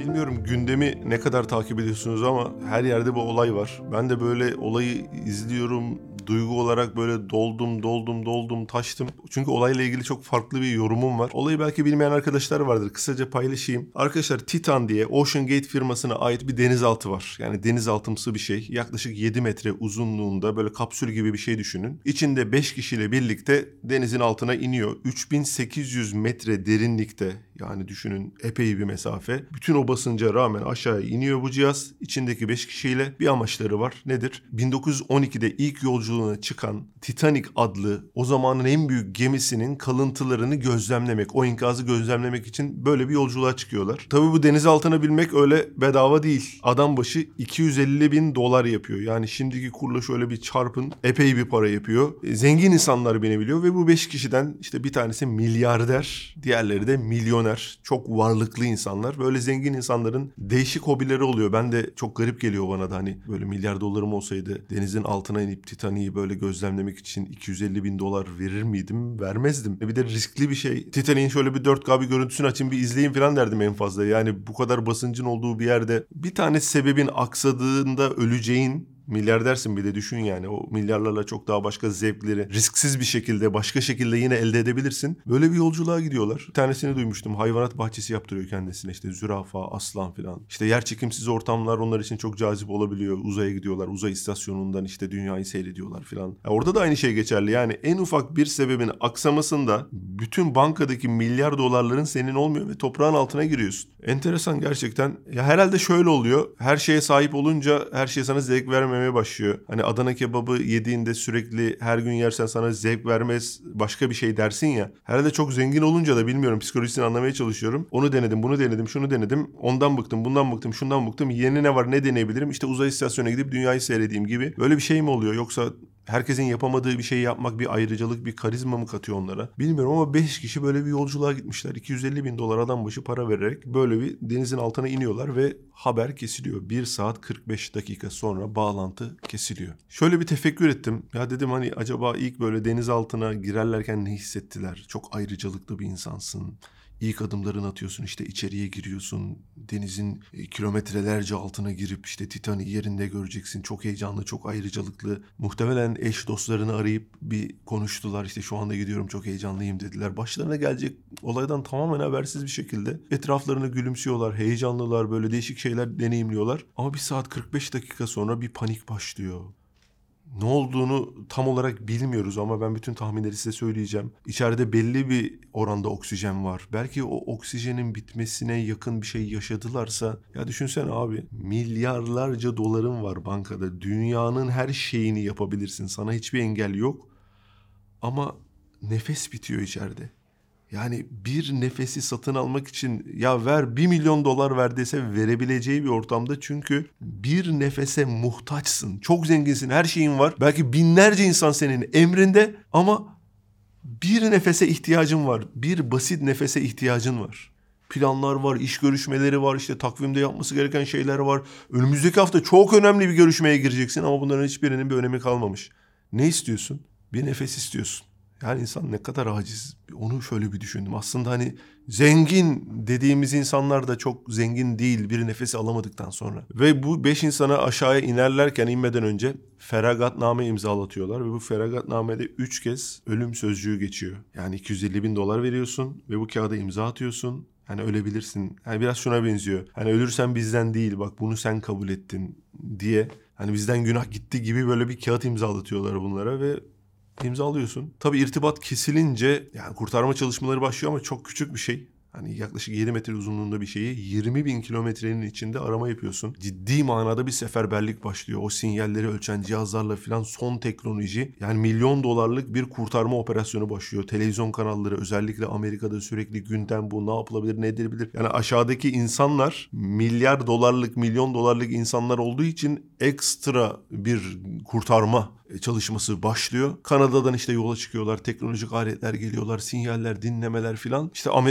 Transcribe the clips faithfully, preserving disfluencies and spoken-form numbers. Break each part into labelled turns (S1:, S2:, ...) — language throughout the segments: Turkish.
S1: Bilmiyorum gündemi ne kadar takip ediyorsunuz ama her yerde bu olay var. Ben de böyle olayı izliyorum, duygu olarak böyle doldum, doldum, doldum, taştım. Çünkü olayla ilgili çok farklı bir yorumum var. Olayı belki bilmeyen arkadaşlar vardır. Kısaca paylaşayım. Arkadaşlar Titan diye Ocean Gate firmasına ait bir denizaltı var. Yani denizaltımsı bir şey. Yaklaşık yedi metre uzunluğunda böyle kapsül gibi bir şey düşünün. İçinde beş kişiyle birlikte denizin altına iniyor. üç bin sekiz yüz metre derinlikte, yani düşünün epey bir mesafe. Bütün o basınca rağmen aşağıya iniyor bu cihaz. İçindeki beş kişiyle bir amaçları var. Nedir? bin dokuz yüz on ikide ilk yolculuğuna çıkan Titanic adlı o zamanın en büyük gemisinin kalıntılarını gözlemlemek, o enkazı gözlemlemek için böyle bir yolculuğa çıkıyorlar. Tabii bu deniz altına bilmek öyle bedava değil. Adam başı iki yüz elli bin dolar yapıyor. Yani şimdiki kurla şöyle bir çarpın, epey bir para yapıyor. E, zengin insanlar binebiliyor ve bu beş kişiden işte bir tanesi milyarder, diğerleri de milyoner. Çok varlıklı insanlar. Böyle zengin insanların değişik hobileri oluyor. Ben de çok garip geliyor bana da, hani böyle milyar dolarım olsaydı denizin altına inip Titanic'i böyle gözlemlemek için iki yüz elli bin dolar verir miydim? Vermezdim. Bir de riskli bir şey. Titanic'in şöyle bir dört K bir görüntüsünü açayım bir izleyin falan derdim en fazla. Yani bu kadar basıncın olduğu bir yerde bir tane sebebin aksadığında öleceğin, milyardersin bir de düşün yani. O milyarlarla çok daha başka zevkleri risksiz bir şekilde, başka şekilde yine elde edebilirsin. Böyle bir yolculuğa gidiyorlar. Bir tanesini duymuştum. Hayvanat bahçesi yaptırıyor kendisine. İşte zürafa, aslan falan. İşte yerçekimsiz ortamlar onlar için çok cazip olabiliyor. Uzaya gidiyorlar. Uzay istasyonundan işte dünyayı seyrediyorlar falan. Ya orada da aynı şey geçerli. Yani en ufak bir sebebin aksamasında bütün bankadaki milyar dolarların senin olmuyor ve toprağın altına giriyorsun. Enteresan gerçekten. Ya herhalde şöyle oluyor. Her şeye sahip olunca her şey sana zevk vermiyor başlıyor. Hani Adana kebabı yediğinde sürekli her gün yersen sana zevk vermez, başka bir şey dersin ya. Herhalde çok zengin olunca da bilmiyorum, psikolojisini anlamaya çalışıyorum. Onu denedim, bunu denedim, şunu denedim. Ondan bıktım, bundan bıktım, şundan bıktım. Yeni ne var, ne deneyebilirim? İşte uzay istasyonuna gidip dünyayı seyredeyim gibi. Böyle bir şey mi oluyor? Yoksa herkesin yapamadığı bir şeyi yapmak bir ayrıcalık, bir karizma mı katıyor onlara? Bilmiyorum ama beş kişi böyle bir yolculuğa gitmişler. iki yüz elli bin dolar adam başı para vererek böyle bir denizin altına iniyorlar ve haber kesiliyor. bir saat kırk beş dakika sonra bağlantı kesiliyor. Şöyle bir tefekkür ettim. Ya dedim hani acaba ilk böyle deniz altına girerlerken ne hissettiler? Çok ayrıcalıklı bir insansın. İlk adımlarını atıyorsun, işte içeriye giriyorsun. Denizin kilometrelerce altına girip işte Titanic'i yerinde göreceksin. Çok heyecanlı, çok ayrıcalıklı. Muhtemelen eş dostlarını arayıp bir konuştular. İşte şu anda gidiyorum, çok heyecanlıyım dediler. Başlarına gelecek olaydan tamamen habersiz bir şekilde etraflarına gülümsüyorlar, heyecanlılar, böyle değişik şeyler deneyimliyorlar. Ama bir saat kırk beş dakika sonra bir panik başlıyor. Ne olduğunu tam olarak bilmiyoruz ama ben bütün tahminleri size söyleyeceğim. İçeride belli bir oranda oksijen var. Belki o oksijenin bitmesine yakın bir şey yaşadılarsa, ya düşünsene abi, milyarlarca doların var bankada. Dünyanın her şeyini yapabilirsin. Sana hiçbir engel yok. Ama nefes bitiyor içeride. Yani bir nefesi satın almak için ya ver bir milyon dolar ver dese verebileceği bir ortamda, çünkü bir nefese muhtaçsın. Çok zenginsin, her şeyin var. Belki binlerce insan senin emrinde ama bir nefese ihtiyacın var. Bir basit nefese ihtiyacın var. Planlar var, iş görüşmeleri var, işte takvimde yapması gereken şeyler var. Önümüzdeki hafta çok önemli bir görüşmeye gireceksin ama bunların hiçbirinin bir önemi kalmamış. Ne istiyorsun? Bir nefes istiyorsun. Yani insan ne kadar aciz, onu şöyle bir düşündüm. Aslında hani zengin dediğimiz insanlar da çok zengin değil bir nefesi alamadıktan sonra. Ve bu beş insana aşağıya inerlerken, inmeden önce feragatname imzalatıyorlar. Ve bu feragatnamede üç kez ölüm sözcüğü geçiyor. Yani iki yüz elli bin dolar veriyorsun ve bu kağıda imza atıyorsun. Hani ölebilirsin. Hani biraz şuna benziyor. Hani ölürsen bizden değil, bak bunu sen kabul ettin diye. Hani bizden günah gitti gibi böyle bir kağıt imzalatıyorlar bunlara ve İmzalıyorsun. Tabii irtibat kesilince yani kurtarma çalışmaları başlıyor ama çok küçük bir şey. Hani yaklaşık yedi metre uzunluğunda bir şeyi yirmi bin kilometrenin içinde arama yapıyorsun. Ciddi manada bir seferberlik başlıyor. O sinyalleri ölçen cihazlarla falan son teknoloji. Yani milyon dolarlık bir kurtarma operasyonu başlıyor. Televizyon kanalları özellikle Amerika'da sürekli gündem bu. Ne yapılabilir, ne edilebilir? Yani aşağıdaki insanlar milyar dolarlık, milyon dolarlık insanlar olduğu için ekstra bir kurtarma çalışması başlıyor. Kanada'dan işte yola çıkıyorlar. Teknolojik aletler geliyorlar, sinyaller, dinlemeler filan. İşte Amerika sahip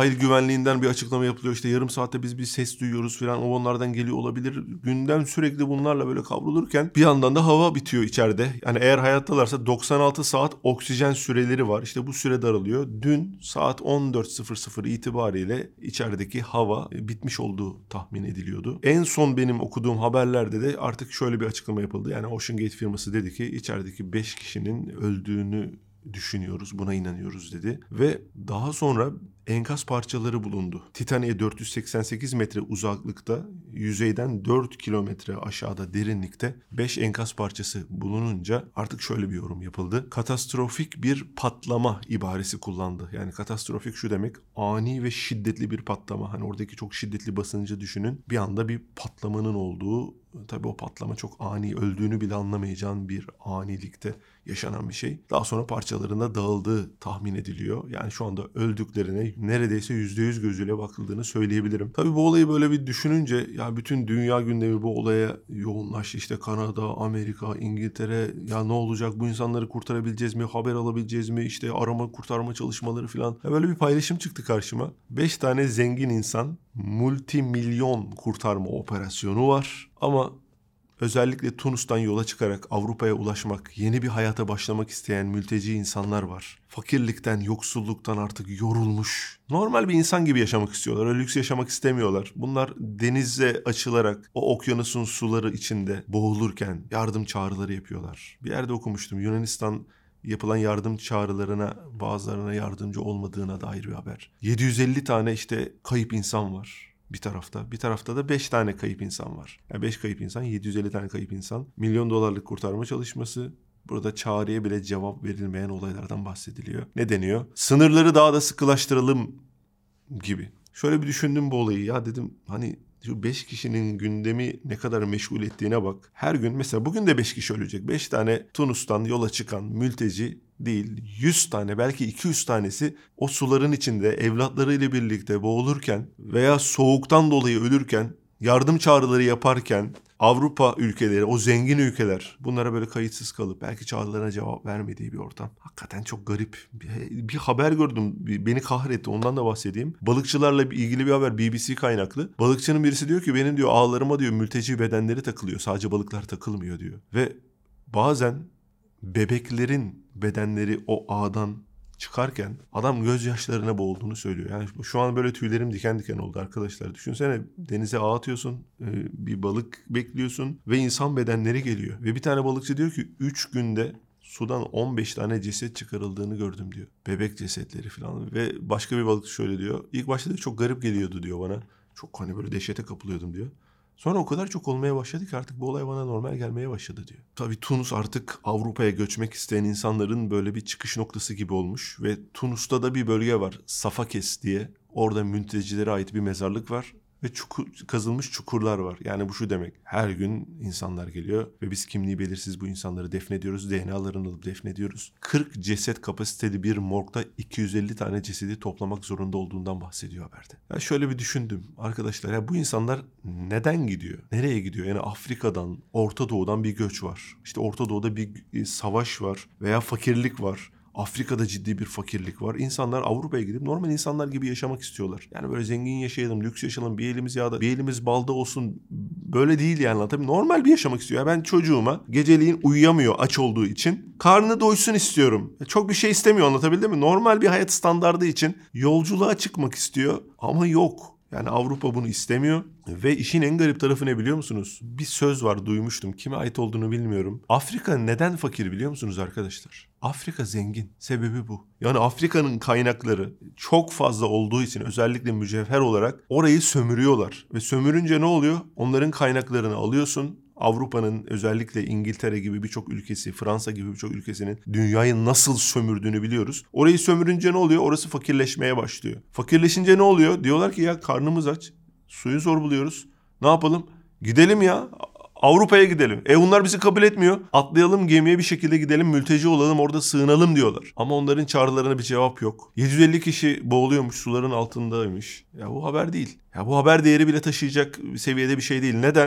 S1: sahil güvenliğinden bir açıklama yapılıyor. İşte yarım saatte biz bir ses duyuyoruz falan. O onlardan geliyor olabilir. Gündem sürekli bunlarla böyle kavrulurken bir yandan da hava bitiyor içeride. Yani eğer hayattalarsa doksan altı saat oksijen süreleri var. İşte bu süre daralıyor. Dün saat on dört sıfır sıfır itibariyle içerideki hava bitmiş olduğu tahmin ediliyordu. En son benim okuduğum haberlerde de artık şöyle bir açıklama yapıldı. Yani Ocean Gate firması dedi ki içerideki beş kişinin öldüğünü düşünüyoruz, buna inanıyoruz dedi. Ve daha sonra enkaz parçaları bulundu. Titanic'e dört yüz seksen sekiz metre uzaklıkta, yüzeyden dört kilometre aşağıda derinlikte beş enkaz parçası bulununca artık şöyle bir yorum yapıldı. Katastrofik bir patlama ibaresi kullandı. Yani katastrofik şu demek, ani ve şiddetli bir patlama. Hani oradaki çok şiddetli basıncı düşünün. Bir anda bir patlamanın olduğu, tabii o patlama çok ani, öldüğünü bile anlamayacağın bir anilikte yaşanan bir şey. Daha sonra parçalarına dağıldığı tahmin ediliyor. Yani şu anda öldüklerine neredeyse yüzde yüz gözüyle bakıldığını söyleyebilirim. Tabii bu olayı böyle bir düşününce ya bütün dünya gündemi bu olaya yoğunlaştı. İşte Kanada, Amerika, İngiltere, ya ne olacak, bu insanları kurtarabileceğiz mi, haber alabileceğiz mi, işte arama kurtarma çalışmaları falan. Ya böyle bir paylaşım çıktı karşıma. Beş tane zengin insan, multimilyon kurtarma operasyonu var ama özellikle Tunus'tan yola çıkarak Avrupa'ya ulaşmak, yeni bir hayata başlamak isteyen mülteci insanlar var. Fakirlikten, yoksulluktan artık yorulmuş. Normal bir insan gibi yaşamak istiyorlar. Öyle lüks yaşamak istemiyorlar. Bunlar denize açılarak o okyanusun suları içinde boğulurken yardım çağrıları yapıyorlar. Bir yerde okumuştum. Yunanistan yapılan yardım çağrılarına bazılarına yardımcı olmadığına dair bir haber. yedi yüz elli tane işte kayıp insan var. Bir tarafta. Bir tarafta da beş tane kayıp insan var. Yani beş kayıp insan, yedi yüz elli tane kayıp insan. Milyon dolarlık kurtarma çalışması. Burada çağrıya bile cevap verilmeyen olaylardan bahsediliyor. Ne deniyor? Sınırları daha da sıkılaştıralım gibi. Şöyle bir düşündüm bu olayı. Ya dedim hani şu beş kişinin gündemi ne kadar meşgul ettiğine bak. Her gün mesela bugün de beş kişi ölecek. beş tane Tunus'tan yola çıkan mülteci değil, yüz tane belki iki yüz tanesi o suların içinde evlatlarıyla birlikte boğulurken veya soğuktan dolayı ölürken, yardım çağrıları yaparken Avrupa ülkeleri, o zengin ülkeler bunlara böyle kayıtsız kalıp belki çağrılarına cevap vermediği bir ortam. Hakikaten çok garip. Bir, bir haber gördüm. Beni kahretti. Ondan da bahsedeyim. Balıkçılarla ilgili bir haber. B B C kaynaklı. Balıkçının birisi diyor ki benim diyor ağlarıma diyor mülteci bedenleri takılıyor. Sadece balıklar takılmıyor diyor. Ve bazen bebeklerin bedenleri o ağdan çıkarken adam gözyaşlarına boğulduğunu söylüyor. Yani şu an böyle tüylerim diken diken oldu arkadaşlar. Düşünsene denize ağ atıyorsun, bir balık bekliyorsun ve insan bedenleri geliyor. Ve bir tane balıkçı diyor ki üç günde sudan on beş tane ceset çıkarıldığını gördüm diyor. Bebek cesetleri falan. Ve başka bir balıkçı şöyle diyor. İlk başta da çok garip geliyordu diyor bana. Çok hani böyle dehşete kapılıyordum diyor. Sonra o kadar çok olmaya başladı ki artık bu olay bana normal gelmeye başladı diyor. Tabii Tunus artık Avrupa'ya göçmek isteyen insanların böyle bir çıkış noktası gibi olmuş. Ve Tunus'ta da bir bölge var, Safakes diye. Orada mültecilere ait bir mezarlık var. Ve çukur, kazılmış çukurlar var. Yani bu şu demek. Her gün insanlar geliyor ve biz kimliği belirsiz bu insanları defnediyoruz. D N A'larını alıp defnediyoruz. kırk ceset kapasiteli bir morgda iki yüz elli tane cesedi toplamak zorunda olduğundan bahsediyor haberde. Ben şöyle bir düşündüm. Arkadaşlar ya bu insanlar neden gidiyor? Nereye gidiyor? Yani Afrika'dan, Orta Doğu'dan bir göç var. İşte Orta Doğu'da bir savaş var veya fakirlik var. Afrika'da ciddi bir fakirlik var. İnsanlar Avrupa'ya gidip normal insanlar gibi yaşamak istiyorlar. Yani böyle zengin yaşayalım, lüks yaşayalım, bir elimiz yağda, bir elimiz balda olsun. Böyle değil yani. Tabii normal bir yaşamak istiyor. Ben çocuğuma geceliğin uyuyamıyor aç olduğu için. Karnı doysun istiyorum. Çok bir şey istemiyor, anlatabildim mi? Normal bir hayat standardı için yolculuğa çıkmak istiyor ama yok. Yani Avrupa bunu istemiyor ve işin en garip tarafı ne biliyor musunuz? Bir söz var, duymuştum. Kime ait olduğunu bilmiyorum. Afrika neden fakir biliyor musunuz arkadaşlar? Afrika zengin. Sebebi bu. Yani Afrika'nın kaynakları çok fazla olduğu için özellikle mücevher olarak orayı sömürüyorlar. Ve sömürünce ne oluyor? Onların kaynaklarını alıyorsun. Avrupa'nın özellikle İngiltere gibi birçok ülkesi, Fransa gibi birçok ülkesinin dünyayı nasıl sömürdüğünü biliyoruz. Orayı sömürünce ne oluyor? Orası fakirleşmeye başlıyor. Fakirleşince ne oluyor? Diyorlar ki ya karnımız aç, suyu zor buluyoruz. Ne yapalım? Gidelim ya. Avrupa'ya gidelim. E bunlar bizi kabul etmiyor. Atlayalım gemiye bir şekilde gidelim, mülteci olalım, orada sığınalım diyorlar. Ama onların çağrılarına bir cevap yok. yedi yüz elli kişi boğuluyormuş, suların altındaymış. Ya bu haber değil. Ya bu haber değeri bile taşıyacak seviyede bir şey değil. Neden?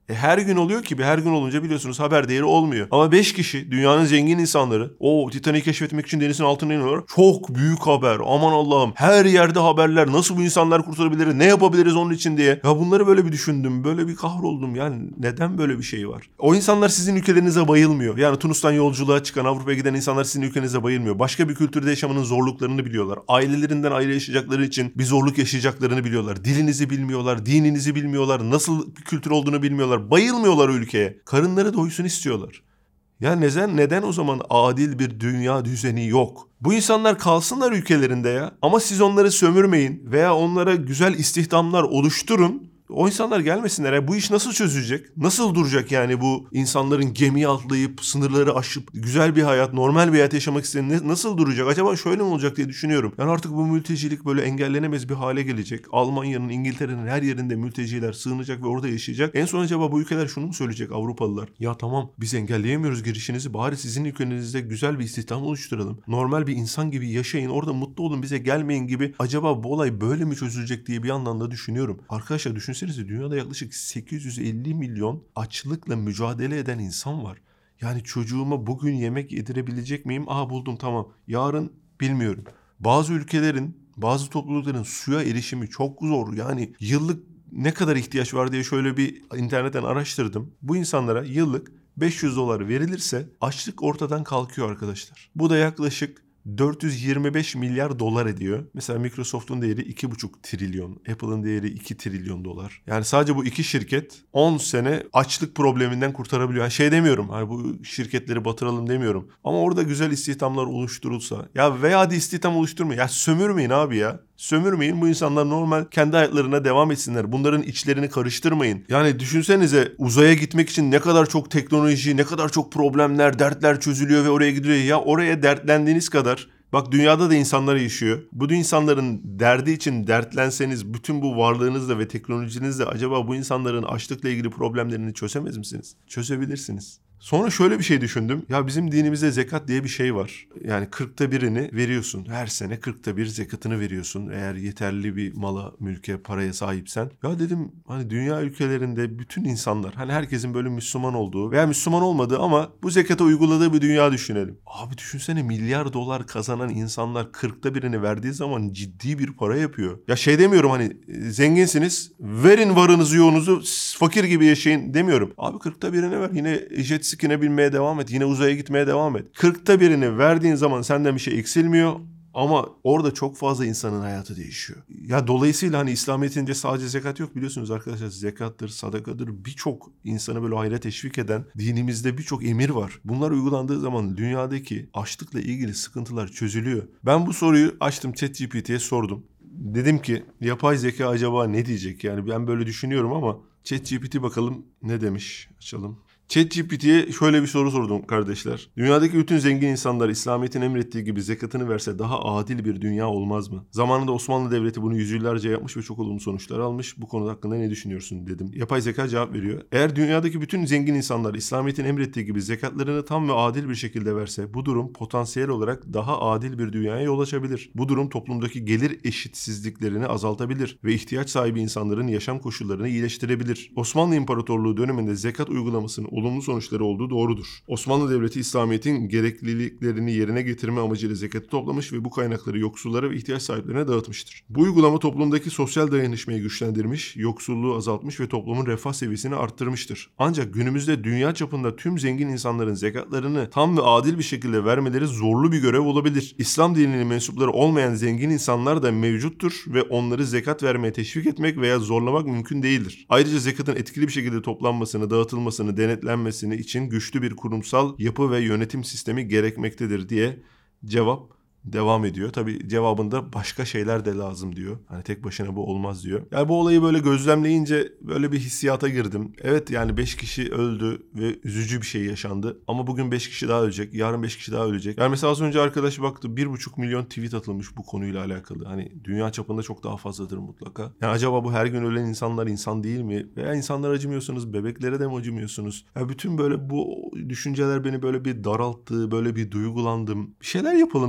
S1: E her gün oluyor ki, her gün olunca biliyorsunuz haber değeri olmuyor. Ama beş kişi, dünyanın zengin insanları, o Titanic'i keşfetmek için denizin altına iniyorlar. Çok büyük haber. Aman Allah'ım. Her yerde haberler. Nasıl bu insanlar kurtarabiliriz? Ne yapabiliriz onun için diye. Ya bunları böyle bir düşündüm. Böyle bir kahroldum. Yani neden böyle bir şey var? O insanlar sizin ülkelerinize bayılmıyor. Yani Tunus'tan yolculuğa çıkan, Avrupa'ya giden insanlar sizin ülkenize bayılmıyor. Başka bir kültürde yaşamanın zorluklarını biliyorlar. Ailelerinden ayrı yaşayacakları için bir zorluk yaşayacaklarını biliyorlar. Dilinizi bilmiyorlar, dininizi bilmiyorlar, nasıl bir kültür olduğunu bilmiyorlar. Bayılmıyorlar ülkeye. Karınları doysun istiyorlar. Ya neden neden o zaman adil bir dünya düzeni yok? Bu insanlar kalsınlar ülkelerinde ya. Ama siz onları sömürmeyin veya onlara güzel istihdamlar oluşturun. O insanlar gelmesinler. Ya bu iş nasıl çözülecek? Nasıl duracak yani bu insanların gemiye atlayıp sınırları aşıp güzel bir hayat, normal bir hayat yaşamak isteyen nasıl duracak? Acaba şöyle mi olacak diye düşünüyorum. Yani artık bu mültecilik böyle engellenemez bir hale gelecek. Almanya'nın, İngiltere'nin her yerinde mülteciler sığınacak ve orada yaşayacak. En son acaba bu ülkeler şunu mu söyleyecek, Avrupalılar? Ya tamam, biz engelleyemiyoruz girişinizi. Bari sizin ülkenizde güzel bir istihdam oluşturalım. Normal bir insan gibi yaşayın. Orada mutlu olun, bize gelmeyin gibi. Acaba bu olay böyle mi çözülecek diye bir yandan da düşünüyorum. Arkadaşlar düşünsenize. Dünyada yaklaşık sekiz yüz elli milyon açlıkla mücadele eden insan var. Yani çocuğuma bugün yemek yedirebilecek miyim? Aa buldum, tamam. Yarın bilmiyorum. Bazı ülkelerin, bazı toplulukların suya erişimi çok zor. Yani yıllık ne kadar ihtiyaç var diye şöyle bir internetten araştırdım. Bu insanlara yıllık beş yüz dolar verilirse açlık ortadan kalkıyor arkadaşlar. Bu da yaklaşık dört yüz yirmi beş milyar dolar ediyor. Mesela Microsoft'un değeri iki buçuk trilyon. Apple'ın değeri iki trilyon dolar. Yani sadece bu iki şirket on sene açlık probleminden kurtarabiliyor. Yani şey demiyorum, hani bu şirketleri batıralım demiyorum. Ama orada güzel istihdamlar oluşturulsa. Ya veya hadi istihdam oluşturmayın. Ya sömürmeyin abi ya. Sömürmeyin, bu insanlar normal kendi hayatlarına devam etsinler. Bunların içlerini karıştırmayın. Yani düşünsenize, uzaya gitmek için ne kadar çok teknoloji, ne kadar çok problemler, dertler çözülüyor ve oraya gidiyor. Ya oraya dertlendiğiniz kadar, bak dünyada da insanlar yaşıyor. Bu insanların derdi için dertlenseniz, bütün bu varlığınızla ve teknolojinizle acaba bu insanların açlıkla ilgili problemlerini çözemez misiniz? Çözebilirsiniz. Sonra şöyle bir şey düşündüm. Ya bizim dinimizde zekat diye bir şey var. Yani kırkta birini veriyorsun. Her sene kırkta bir zekatını veriyorsun. Eğer yeterli bir mala, mülke, paraya sahipsen. Ya dedim, hani dünya ülkelerinde bütün insanlar, hani herkesin böyle Müslüman olduğu veya Müslüman olmadığı ama bu zekatı uyguladığı bir dünya düşünelim. Abi düşünsene, milyar dolar kazanan insanlar kırkta birini verdiği zaman ciddi bir para yapıyor. Ya şey demiyorum, hani zenginsiniz, verin varınızı yoğunuzu, fakir gibi yaşayın demiyorum. Abi kırkta birine ver, yine jet skine binmeye devam et. Yine uzaya gitmeye devam et. kırkta birini verdiğin zaman senden bir şey eksilmiyor. Ama orada çok fazla insanın hayatı değişiyor. Ya dolayısıyla hani İslamiyet'ince sadece zekat yok, biliyorsunuz arkadaşlar. Zekattır, sadakadır, birçok insanı böyle hayra teşvik eden dinimizde birçok emir var. Bunlar uygulandığı zaman dünyadaki açlıkla ilgili sıkıntılar çözülüyor. Ben bu soruyu açtım, ChatGPT'ye sordum. Dedim ki yapay zeka acaba ne diyecek? Yani ben böyle düşünüyorum ama ChatGPT bakalım ne demiş. Açalım. ChatGPT'ye şöyle bir soru sordum kardeşler. Dünyadaki bütün zengin insanlar İslamiyet'in emrettiği gibi zekatını verse daha adil bir dünya olmaz mı? Zamanında Osmanlı Devleti bunu yüzyıllarca yapmış ve çok olumlu sonuçlar almış. Bu konu hakkında ne düşünüyorsun dedim. Yapay zeka cevap veriyor. Eğer dünyadaki bütün zengin insanlar İslamiyet'in emrettiği gibi zekatlarını tam ve adil bir şekilde verse, bu durum potansiyel olarak daha adil bir dünyaya yol açabilir. Bu durum toplumdaki gelir eşitsizliklerini azaltabilir ve ihtiyaç sahibi insanların yaşam koşullarını iyileştirebilir. Osmanlı İmparatorluğu döneminde zekat uygulamasının olumlu sonuçları olduğu doğrudur. Osmanlı Devleti İslamiyet'in gerekliliklerini yerine getirme amacıyla zekatı toplamış ve bu kaynakları yoksullara ve ihtiyaç sahiplerine dağıtmıştır. Bu uygulama toplumdaki sosyal dayanışmayı güçlendirmiş, yoksulluğu azaltmış ve toplumun refah seviyesini arttırmıştır. Ancak günümüzde dünya çapında tüm zengin insanların zekatlarını tam ve adil bir şekilde vermeleri zorlu bir görev olabilir. İslam dininin mensupları olmayan zengin insanlar da mevcuttur ve onları zekat vermeye teşvik etmek veya zorlamak mümkün değildir. Ayrıca zekatın etkili bir şekilde toplanmasını, dağıtılmasını, denetlenmesini için güçlü bir kurumsal yapı ve yönetim sistemi gerekmektedir diye cevap devam ediyor. Tabii cevabında başka şeyler de lazım diyor. Hani tek başına bu olmaz diyor. Yani bu olayı böyle gözlemleyince böyle bir hissiyata girdim. Evet, yani beş kişi öldü ve üzücü bir şey yaşandı. Ama bugün beş kişi daha ölecek. Yarın beş kişi daha ölecek. Yani mesela az önce arkadaş baktı, bir buçuk milyon tweet atılmış bu konuyla alakalı. Hani dünya çapında çok daha fazladır mutlaka. Yani acaba bu her gün ölen insanlar insan değil mi? Veya insanlar acımıyorsunuz, bebeklere de mi acımıyorsunuz? Yani bütün böyle bu düşünceler beni böyle bir daralttı, böyle bir duygulandım. Bir şeyler yapalım dedim. Bir şeyler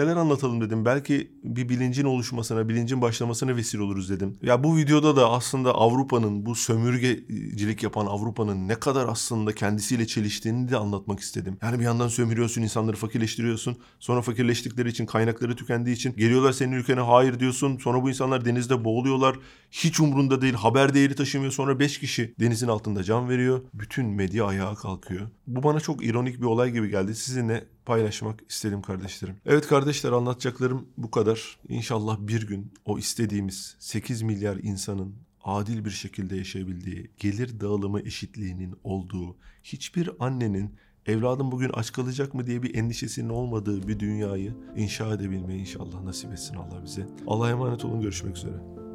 S1: hikayeler anlatalım dedim. Belki bir bilincin oluşmasına, bilincin başlamasına vesile oluruz dedim. Ya bu videoda da aslında Avrupa'nın, bu sömürgecilik yapan Avrupa'nın ne kadar aslında kendisiyle çeliştiğini de anlatmak istedim. Yani bir yandan sömürüyorsun, insanları fakirleştiriyorsun. Sonra fakirleştikleri için, kaynakları tükendiği için geliyorlar senin ülkene hayır diyorsun. Sonra bu insanlar denizde boğuluyorlar. Hiç umrunda değil, haber değeri taşımıyor. Sonra beş kişi denizin altında can veriyor. Bütün medya ayağa kalkıyor. Bu bana çok ironik bir olay gibi geldi. Sizinle paylaşmak istedim kardeşlerim. Evet kardeşler, anlatacaklarım bu kadar. İnşallah bir gün o istediğimiz sekiz milyar insanın adil bir şekilde yaşayabildiği, gelir dağılımı eşitliğinin olduğu, hiçbir annenin evladım bugün aç kalacak mı diye bir endişesinin olmadığı bir dünyayı inşa edebilmeyi inşallah nasip etsin Allah bize. Allah'a emanet olun, görüşmek üzere.